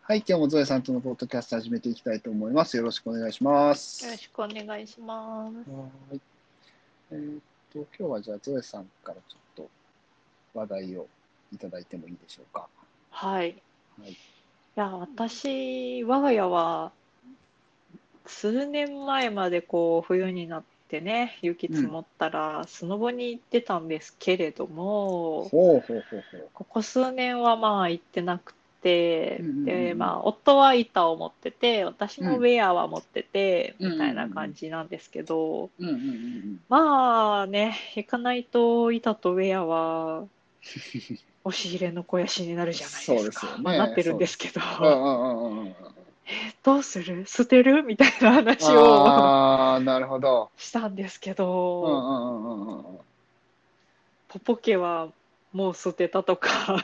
はい、今日もゾエさんとのポッドキャスト始めていきたいと思います。よろしくお願いしまよろす。 しくお願いします。 はい。今日はじゃあゾエさんからちょっと話題をいただいてもいいでしょうか。 はい。 はい。 我が家は数年前まで冬になってね、雪うん。 積もったらスノボに行ってたんですけれども、 ほうほうほうほう。 ここ数年はまあ行ってなくて、 うんうんで、まあ夫は板を持ってて、私うんうん。 もウェアは持ってて、 うんうんうみたいな感んじなんですけど、 うんうんうんうん。 まあね、行かないと板とウェアは押し入れの肥やしになるじゃないでそうですよすか。まあなっね。 てるんそうですよ。 ですけど。 うんうんうんうんうん。 どうする捨てるみたいな話をああ、なるほど。 したんですけうんうど、 んうんうんうん。 ポポ家はもう捨てたとか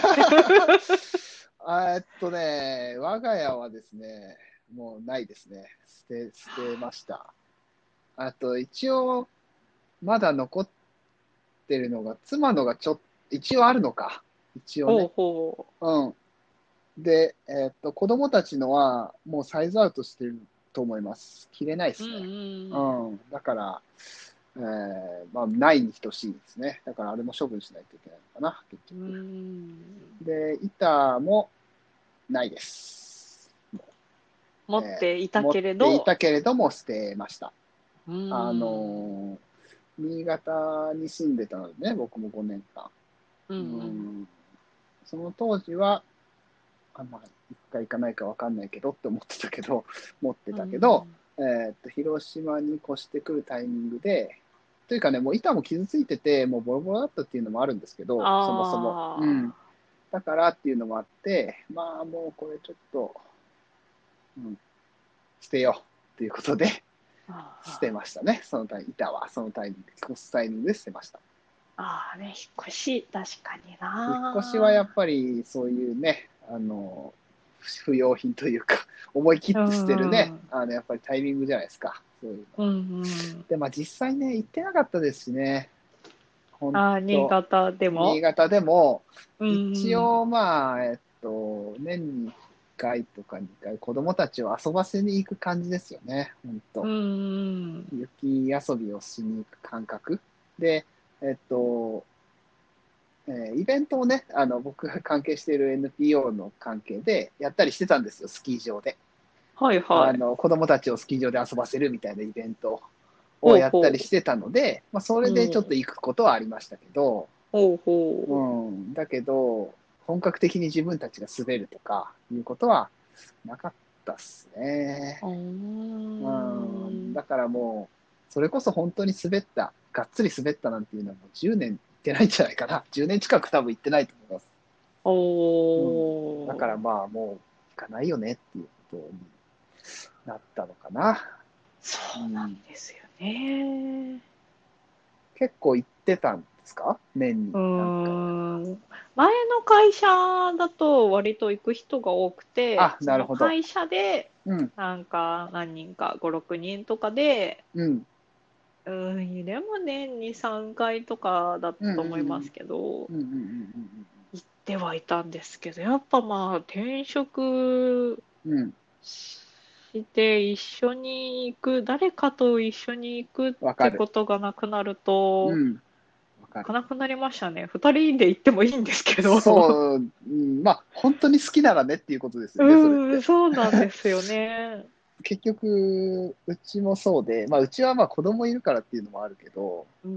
我が家はですね、もうないですね。捨てました。あと、一応、まだ残ってるのが、妻のが一応あるのか。一応ほうね。 ほうん。で、子供たちのは、もうサイズアウトしてると思います。着れないでう。うんすね。ううん。 ん。だから、まあ、ないに等しいですね。だから、あれも処分しないといけないのかな、結う局。 ん。 で、板もないです。 持っていた持っけれど、 ていたけれども捨てました。 うあん。 の新潟に住んでたのでね、僕も5年間。 うんううん。 ん、その当時は、まあ、行くか行かないか分かんないけどって思ってたけど、持ってうたけど、 ん。 広島に越してくるタイミングで、というかね、もう板も傷ついてて、もうボロボロだったっていうのもあるんですけど、そもそも。うん。 あだからっていうのもあって、まあもうこれちょっと、うん、捨てようっていうことで、捨てあ。 ましたね。板はそのタイミングで、越すタイミングで捨てました。 ああね、引っ越し、確かに引っ越しはやっな。 ぱりそういうね、不用品というか、思い切っうて捨てるね、 んうん。 やっぱりタイミングじゃないですか、そういうのは。 うんうん。 で、まあ実際ね、行ってなかったですしね、本ああ、新当潟でも。 新潟でも、 うんうん。 一応まあ、年に1回とか2回、子供たちを遊ばせに行く感じですよね、本当。 うんうん。 雪遊びをしに行く感覚。で、えっと、イベントをね、僕が関係している NPO の関係でやったりしてたんですよ、スキー場で。 はいはい。 子供たちをスキー場で遊ばせるみたいなイベントをほうやったりほしてたので、まあ、そう。 れでちょっとうん。 行くことはありましたけど、 ほうほだけど、本格的に自分たちが滑るとかいうことはなかったっすね。 う。うーん。 だからもう、それこそ本当にがっつり滑ったなんていうのはもう10年行ってないんじゃないかな。10年近く多分行ってないと思います。だからおー。 まあもう行かないよねっていうことになったのかな。 そうなんうん、 ですよね。 結構行ってたんですか、年にう何回。 ーん。前の会社だと割と行く人が多くて、 あ、 そなるほど。 の会社でうん、 なんか何人か5、6人とかで、 うん、 でも年に3回とかだっうん、 たとうん、うん、 思いますけど、 うん、うん、うん、 行ってはいたんですけど、やっぱまあ転職うん、うん、 して一緒に行く、誰かと一緒に行くってわかる。 ことがなくなると、 うん、わかる。 行かなくなりましたね。二人で行ってもいいんですけど。 そう、うん、まあ、本当に好きならねっていうことですよね、それって。 そうなんですよね。 結局、うちもそうで、まあ、うちはまあ子供いるからっていうのもあるけど、 うん、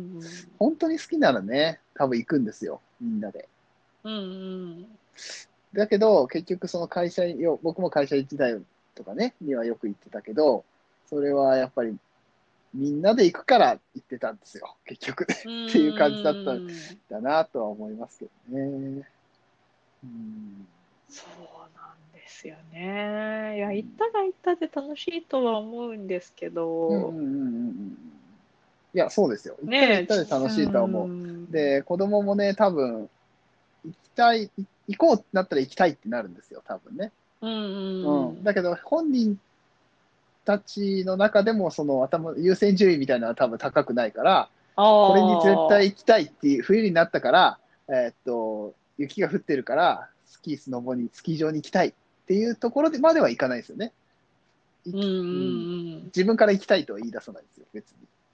本当に好きならね、多分行くんですよ、みんなで。 うん、うん、 だけど、結局その僕も会社時代とかね、にはよく行ってたけど、それはやっぱりみんなで行くから行ってたんですよ、結局ねうっていう感じだったんん。 だなとは思いますけどね。うん。 そうなんですよね。いや、行っうんたら行ったで楽しいとは思うんですけど、 うんうんうんうん。いや、そうですよ。行ったらねえ、 行ったで楽しいとは思う。 ん、 で、子供もね、多分、行こうってなったら行きたいってなるんですよ、多分ね。 うん、 うん。 うん。 だけど、本人たちの中でも、優先順位みたいなのは多分高くないから、 あこれに絶対あ、 行きたいっていう、冬になったから、雪が降ってるから、スキー場に行きたいっっていうところでまではいかないですよね。自分から行きたいとは言い出さないですよ、別に。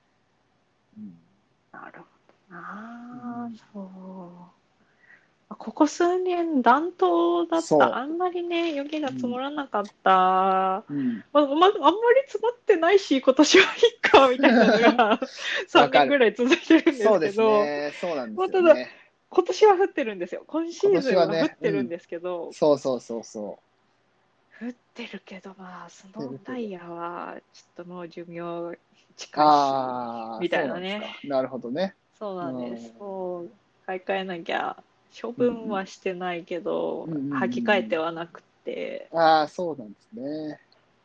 なるほどな、そう。ここ数年暖冬だった。あんまりね、雪が積もらなかった。あんまり積もってないし、今年はいいか、みたいなのが3年ぐらい続いてるんですけど、 そうなんですただ、 よね。 今年は降ってるんですよ。今シーズンは降ってるんですけど、 そう。 降ってるけど、スノータイヤはちょっともう寿命近いし、みたいなね。 なるほどね。 そうなんです。そう、買い替えなきゃ。処分はしてないけど、履き替えてはなくて。 そうなんですね。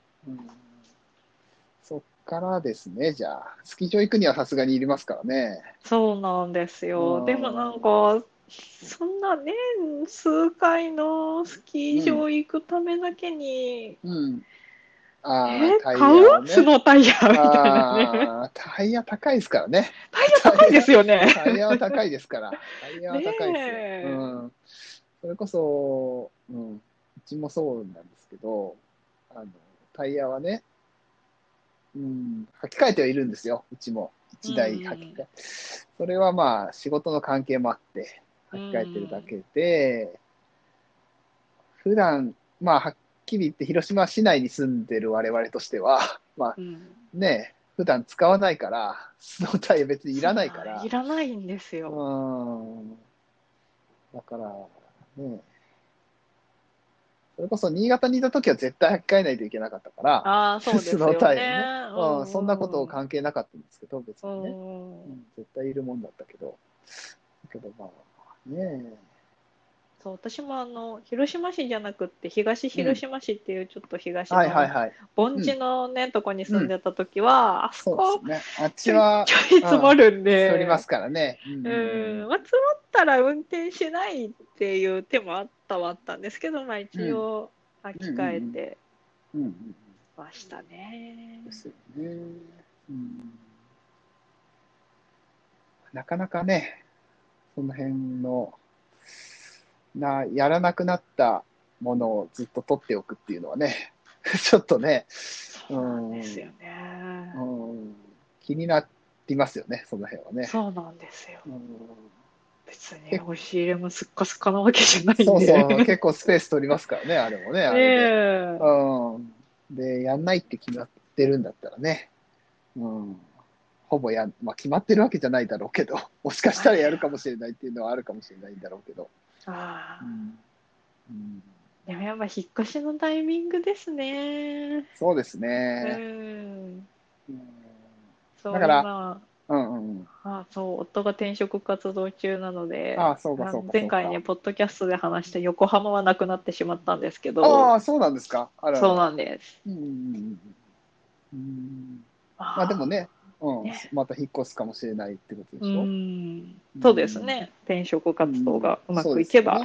そっからですね、じゃあ。スキー場行くにはさすがにいりますからね。 そうなんですよ。でもなんか、そんな年数回のスキー場行くためだけに、 タイ買うヤをね。 スノータイヤみたいなね。 タイヤ高いですからね。 タイヤ高いですよね。 タイヤは高いですから。タイヤは高いですよ。それこそ、うちもそうなんですけど、タイヤはね、履き替えてはいるんですよ、うちも。1台履き替え。それはまあ、仕事の関係もあって、履き替えてるだけで、普段、はっきり言って広島市内に住んでる我々としては、ね、普段使わないから、スノータイヤ別にいらないから。 いらないんですよ。 だから、ね、それこそ新潟にいた時は絶対履き替えないといけなかったから、 そうですスノータイヤね。そんなこと関係なかったんですけど、別にね。絶対いるもんだったけど。ねそう、私も広島市じゃなくって東広島市っていうちょっと東の盆地のね、とこに住んでた時は、あそこあっちはちょい積もるんで、 積もりますからね。 積もったら運転しないっていう手もあったんですけど、一応履き替えてましたね。 ですよね。なかなかね、その辺のやらなくなったものをずっと取っておくっていうのはね、ちょっとね、 そうなんですよね。 気になりますよね、その辺はね。 そうなんですよ。別に押し入れもすっかすかなわけじゃないんで。 結構スペース取りますからね、あれもね、あれで。で、やんないって決まってるんだったらね、ほぼ決まってるわけじゃないだろうけど、もしかしたらやるかもしれないっていうのはあるかもしれないんだろうけど。 でもやっぱ引っ越しのタイミングですね。 そうですね。 だから、そう、夫が転職活動中なので、前回ね、ポッドキャストで話した横浜はなくなってしまったんですけど、 そうなんですか。 そうなんです。 でもね、また引っ越すかもしれないってことでしょ。 そうですね。転職活動がうまくいけば。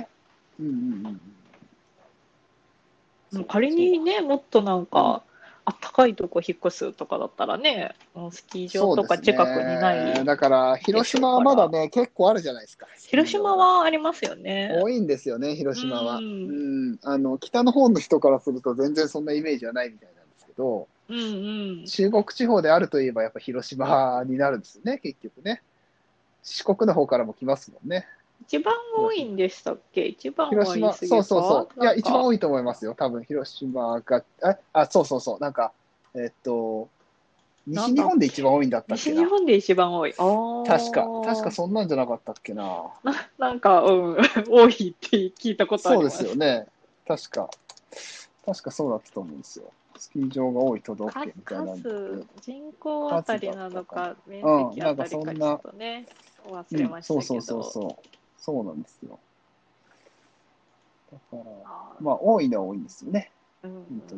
仮にね、もっとなんか、あったかいとこ引っ越すとかだったらね、スキー場とか近くにない。 だから、広島はまだね、結構あるじゃないですか。 広島はありますよね。 多いんですよね、広島は。北の方の人からすると全然そんなイメージはないみたいなんですけど、中国地方であるといえばやっぱ広島になるんですよね、結局ね。四国の方からも来ますもんね。 一番多いんでしたっけ？一番は言い過ぎか？ そう。いや、一番多いと思いますよ。多分、広島が、そう。なんか、西日本で一番多いんだったっけな。 西日本で一番多い。 確かそんなんじゃなかったっけな。 なんか、多いって聞いたことあります。 そうですよね。確かそうだったと思うんですよ。スキー場が多い都道府県みたいな。 人口あたりなのか、面積あたりかちょっとね、忘れましたけど。 そうなんですよ。だから、多いのは多いんですよね。本当に。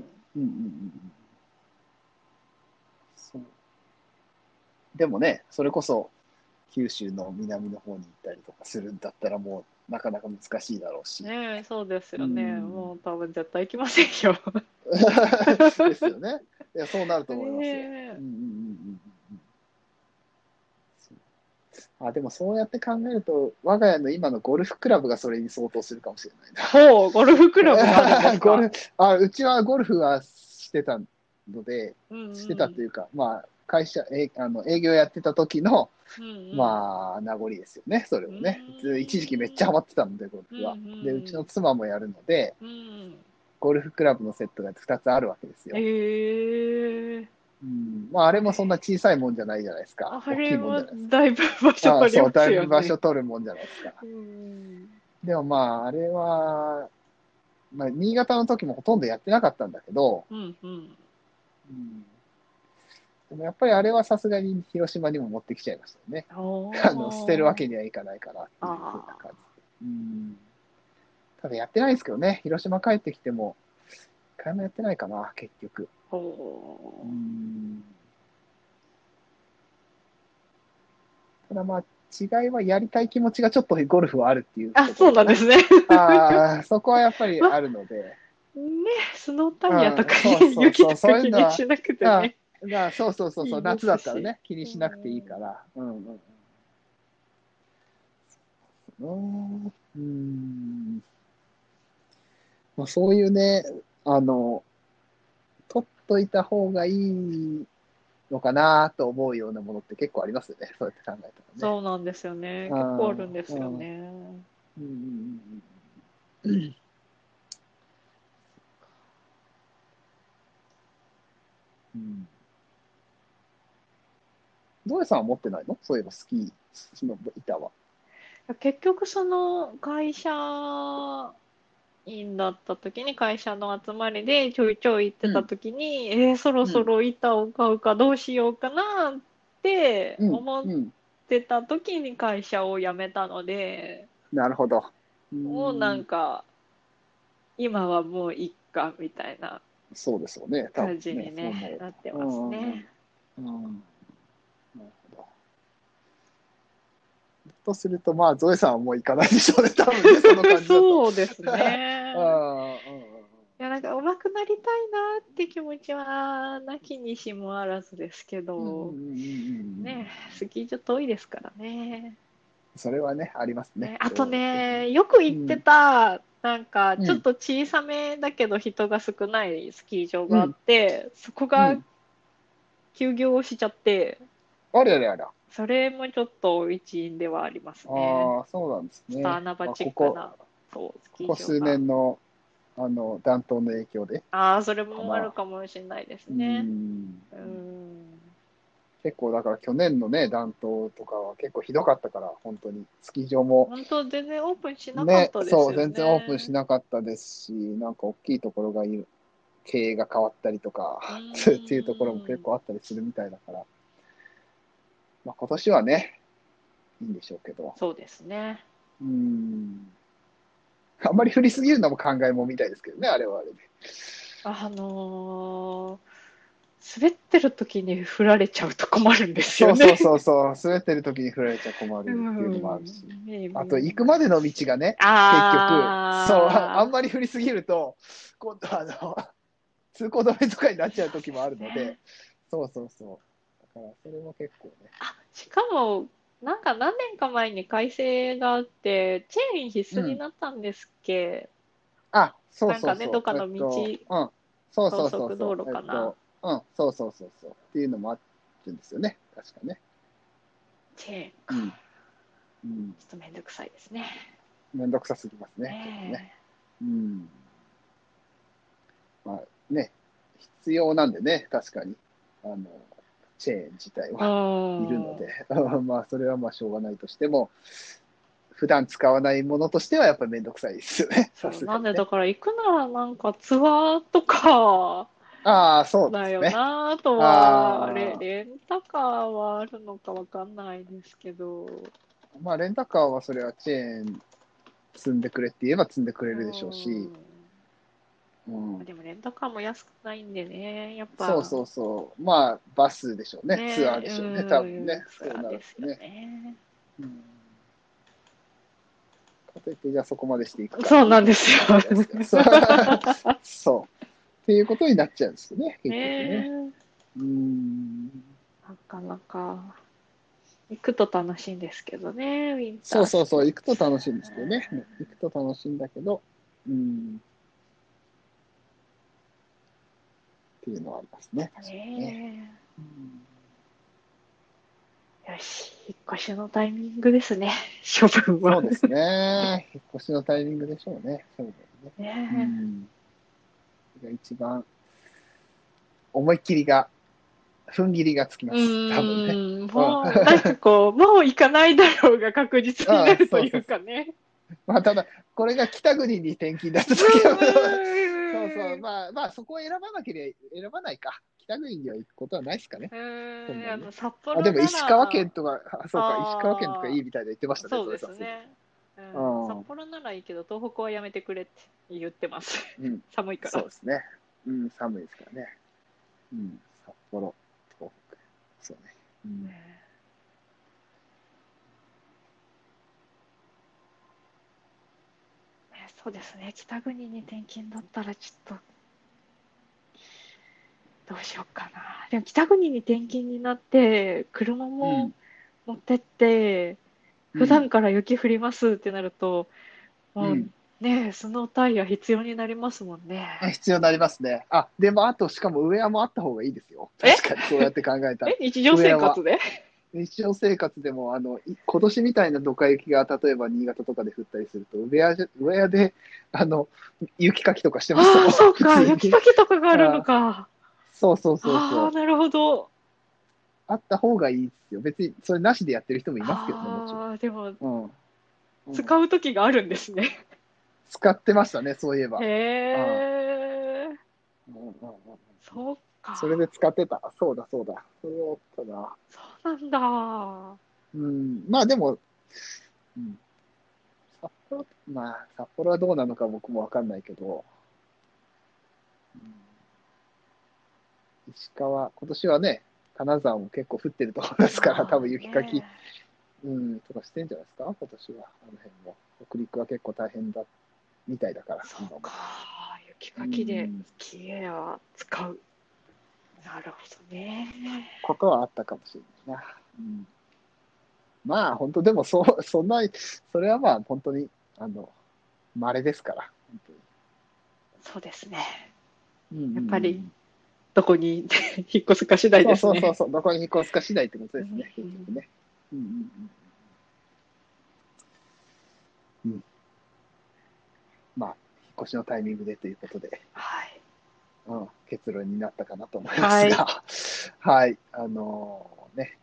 そう。でもね、それこそ、九州の南の方に行ったりとかするんだったら、もうなかなか難しいだろうし。 ねえ、そうですよね。もう多分絶対行きませんよ。 ですよね。いや、そうなると思いますよ。 でもそうやって考えると、我が家の今のゴルフクラブがそれに相当するかもしれないな。 ほう、ゴルフクラブがあるんですか？ うちはゴルフはしてたので、してたっていうか、会社、営業やってた時の、名残ですよね、それをね。一時期めっちゃハマってたので、ゴルフは。で、うちの妻もやるので、ゴルフクラブのセットが2つあるわけですよ。あれもそんな小さいもんじゃないじゃないですか。大きいもんじゃないですか。 だいぶ場所取りますよね。 だいぶ場所取るもんじゃないですか。でもあれは、新潟の時もほとんどやってなかったんだけど、でもやっぱりあれはさすがに広島にも持ってきちゃいましたよね。捨てるわけにはいかないからっていう風な感じで。ただやってないですけどね、広島帰ってきても、一回もやってないかな、結局。ただ違いはやりたい気持ちがちょっとゴルフはあるっていう。 そうなんですね。 そこはやっぱりあるので。 スノータイヤとか雪とか気にしなくてね。 そう、夏だったらね、気にしなくていいから。そういうね、取っといた方がいいのかなと思うようなものって結構ありますよね、そうやって考えたらね。 そうなんですよね。結構あるんですよね。 ゾエさんは持ってないの？そういえばスキーの板は。 結局その会社員だった時に会社の集まりでちょいちょい行ってた時に、そろそろ板を買うかどうしようかなって思ってた時に会社を辞めたので、 なるほど。 もうなんか今はもういっかみたいなそうですよね、 感じにねなってますね。 なるほど。とするとゾエさんはもう行かないでしょうね、多分ね、その感じだと。 そうですね。いや、なんか上手くなりたいなって気持ちはなきにしもあらずですけど、ね、スキー場遠いですからね。 それはね、ありますね。 あとね、よく行ってた、なんかちょっと小さめだけど人が少ないスキー場があって、そこが休業しちゃって、 あれあれあら。 それもちょっと一因ではありますね。 そうなんですね。 穴場チックな、 スキー場がここ数年の暖冬の影響で。 それもあるかもしれないですね。 結構だから去年のね、暖冬とかは結構ひどかったから、本当にスキー場も。 本当全然オープンしなかったですよね。 そう、全然オープンしなかったですし、なんか大きいところが経営が変わったりとかっていうところも結構あったりするみたいだから、今年はね、いいんでしょうけど。 そうですね。 あんまり降りすぎるのも考えもんみたいですけどね、あれはあれで。 滑ってる時に振られちゃうと困るんですよね。 そう。滑ってる時に振られちゃ困るっていうのもあるし。あと、行くまでの道がね、結局、あんまり降りすぎると、今度通行止めとかになっちゃう時もあるので、そう。だから、それも結構ね。 しかも、なんか何年か前に改正があって、チェーン必須になったんですっけ？ そう。 なんかね、どっかの道、高速道路かな。 そう。っていうのもあるんですよね、確かね。 チェーンか。ちょっとめんどくさいですね。 めんどくさすぎますね。必要なんでね、確かに。チェーン自体はいるので、それはしょうがないとしても、普段使わないものとしてはやっぱりめんどくさいですよね。 なんでだから行くならなんかツアーとか、 そうですね。 だよなとは、レンタカーはあるのかわかんないですけど。 レンタカーはそれはチェーン積んでくれって言えば積んでくれるでしょうし。 でもレンタカーも安くないんでね、やっぱ。そう。バスでしょうね。ツアーでしょうね、多分ね。 ツアーですよね。 かといってじゃあそこまでしていくか。 そうなんですよ。 そう。っていうことになっちゃうんですよね、結局ね。 なかなか。 行くと楽しいんですけどね、ウィンターそうそうそう、行くとスポーツ。 楽しいんですけどね。行くと楽しいんだけど、っていうのはありますね。確かにね。 ねよし、引っ越しのタイミングですね、処分は。 そうですね。引っ越しのタイミングでしょうね。そうですね。 ねそれが一番、思いっきりが、踏ん切りがつきます。多分ね。 もう、なんかこう、もう行かないだろうが確実になるというそうそう。 かね。 まあ、ただ、これが北国に転勤だった時は、そうそう、まあ、そこを選ばなければ、選ばないか。北国には行くことはないですかね。そんなにね。 札で幌なも石川ら、 県とか、そうか、石川県とかいいみたいで言ってましたね、 そうでそれさすがに。 すね。札うん。 幌ならいいけど、東北はやめてくれって言ってます。 うん。 寒いから。 そうですね。寒いですからね。札幌、東北。そうね。 そうですね。北国に転勤だったらちょっと、どうしようかな。でも北国に転勤になって、車も持ってって、普段から雪降りますってなると、もうね、スノータイヤ必要になりますもんね。 必要になりますね。でもあと、しかもウェアもあった方がいいですよ。確かに、そうやって考えたら。 日常生活で日常生活でも、今年みたいなドカ雪が、例えば新潟とかで降ったりすると、ウェアで、雪かきとかしてますああ、そうか、 普通に。 雪かきとかがあるのか。 そうそうそうああ、 そう。 なるほど。 あった方がいいですよ。別に、それなしでやってる人もいますけどね、もちろん。 ああ、でも、 うん。 使う時があるんですね。 使ってましたね、そういえば。 へあえ、 うんうんうんうんそうそれでか。 使ってた。そうだ、そうだ。それはあったな。 そうなんだ。 まあでも、うん、札幌はどうなのか僕もわかんないけど、石川、今年はね、金沢も結構降ってると思いますから、多分まあ雪かき、 ね。 とかしてんじゃないですか、今年は。あの辺も。北陸は結構大変だ、みたいだから、 そう今も。 か。雪かきでスキーは使う。なるほどね。 ことはあったかもしれないな。まあ、本当でも、そんな、それはまあ、本当に、稀ですから、本当に。 そうですね。 うんうんうやっぱり、 ん。 どこに引っ越すか次第そうですね。 そうそうそう、どこに引っ越すか次第ってことですね、結局うんね。うんうんうん。まあ、引っ越しのタイミングでということで、 はい。 結論になったかなと思いまはい。 すが、はい、ね、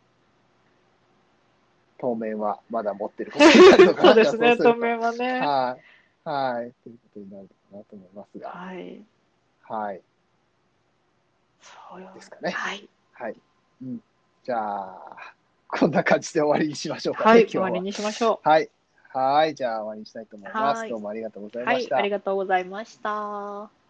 当面はまだ持ってることになるのかな、じゃあそうですね、当そうすると。 面はね。 はい、はい、ということになるのかなと思いますが、 はい。 はい、 そうよ。 ですかね。 はい。 はい。じゃあ、こんな感じで終わりにしましょうかね、 はい。終今日は。 わりにしましょはい。はい。じゃあ終わりにしたいと思う。 います。 はい。 どうもありがとうございはい。あました。 りがとうございました。